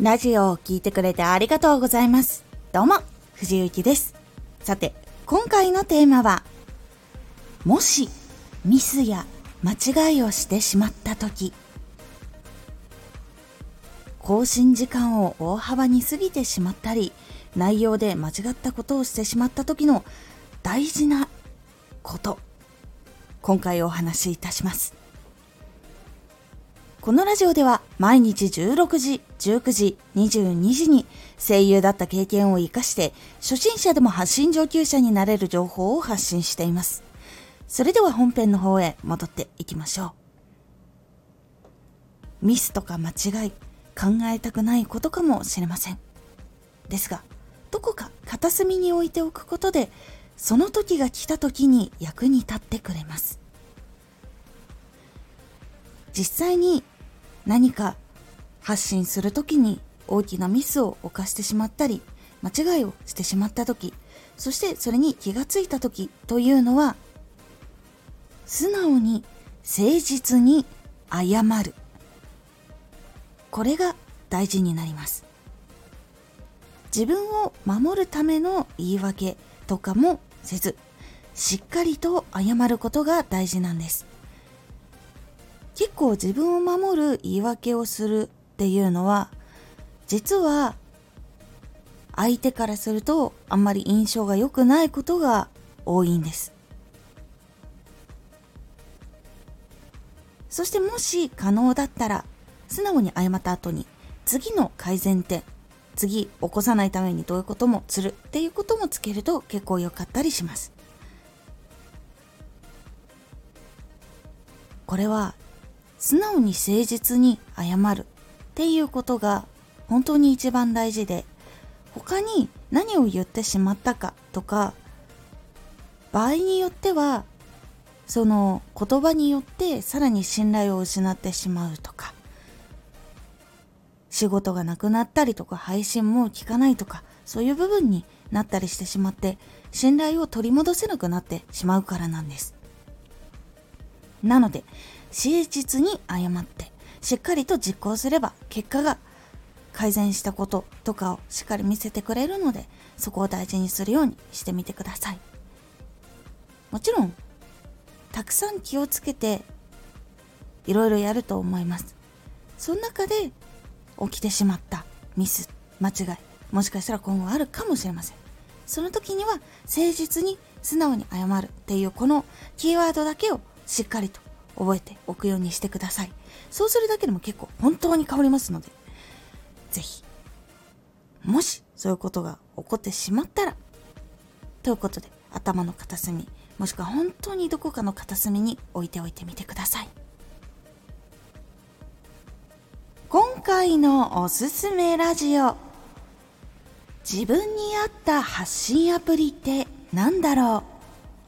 ラジオを聞いてくれてありがとうございます。どうも、藤幸です。さて、今回のテーマは、もしミスや間違いをしてしまったとき、更新時間を大幅に過ぎてしまったり、内容で間違ったことをしてしまった時の大事なこと、今回お話しいたします。このラジオでは毎日16時、19時、22時に声優だった経験を生かして初心者でも発信上級者になれる情報を発信しています。それでは本編の方へ戻っていきましょう。ミスとか間違い、考えたくないことかもしれません。ですが、どこか片隅に置いておくことで、その時が来た時に役に立ってくれます。実際に何か発信するときに大きなミスを犯してしまったり、間違いをしてしまったとき、そしてそれに気がついたときというのは、素直に誠実に謝る。これが大事になります。自分を守るための言い訳とかもせず、しっかりと謝ることが大事なんです。結構自分を守る言い訳をするっていうのは、実は相手からするとあんまり印象が良くないことが多いんです。そしてもし可能だったら、素直に謝った後に次の改善点、次起こさないためにどういうこともするっていうこともつけると結構良かったりします。これは素直に誠実に謝るっていうことが本当に一番大事で、他に何を言ってしまったかとか、場合によってはその言葉によってさらに信頼を失ってしまうとか、仕事がなくなったりとか、配信も聞かないとか、そういう部分になったりしてしまって、信頼を取り戻せなくなってしまうからなんです。なので誠実に謝ってしっかりと実行すれば、結果が改善したこととかをしっかり見せてくれるので、そこを大事にするようにしてみてください。もちろんたくさん気をつけていろいろやると思います。その中で起きてしまったミス、間違い、もしかしたら今後あるかもしれません。その時には誠実に素直に謝るっていうこのキーワードだけをしっかりと覚えておくようにしてください。そうするだけでも結構本当に変わりますので、ぜひ、もしそういうことが起こってしまったら、ということで頭の片隅、もしくは本当にどこかの片隅に置いておいてみてください。今回のおすすめラジオ、自分に合った発信アプリって何だろう。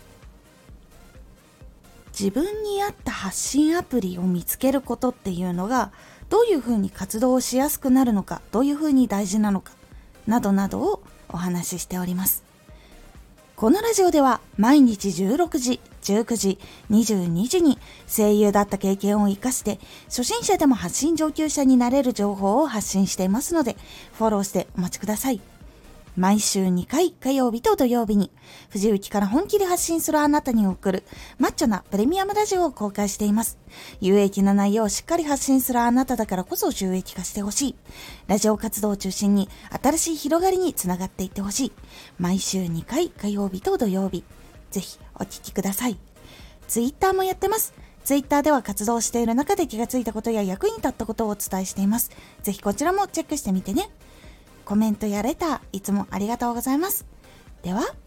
自分に合った発信アプリを見つけることっていうのが、どういうふうに活動しやすくなるのか、どういうふうに大事なのか、などなどをお話ししております。このラジオでは毎日16時、19時、22時に声優だった経験を生かして初心者でも発信上級者になれる情報を発信していますので、フォローしてお待ちください。毎週2回、火曜日と土曜日に藤幸から本気で発信するあなたに送るマッチョなプレミアムラジオを公開しています。有益な内容をしっかり発信するあなただからこそ収益化してほしい。ラジオ活動を中心に新しい広がりにつながっていってほしい。毎週2回、火曜日と土曜日、ぜひお聞きください。ツイッターもやってます。ツイッターでは活動している中で気がついたことや役に立ったことをお伝えしています。ぜひこちらもチェックしてみてね。コメントやレター、いつもありがとうございます。では。